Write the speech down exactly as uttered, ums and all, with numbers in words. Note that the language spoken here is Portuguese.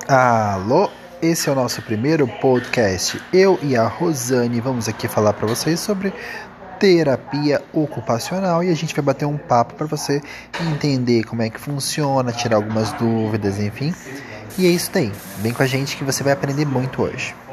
Alô, esse é o nosso primeiro podcast. Eu e a Rosane vamos aqui falar para vocês sobre terapia ocupacional e a gente vai bater um papo para você entender como é que funciona, tirar algumas dúvidas, enfim. E é isso daí. Vem com a gente que você vai aprender muito hoje.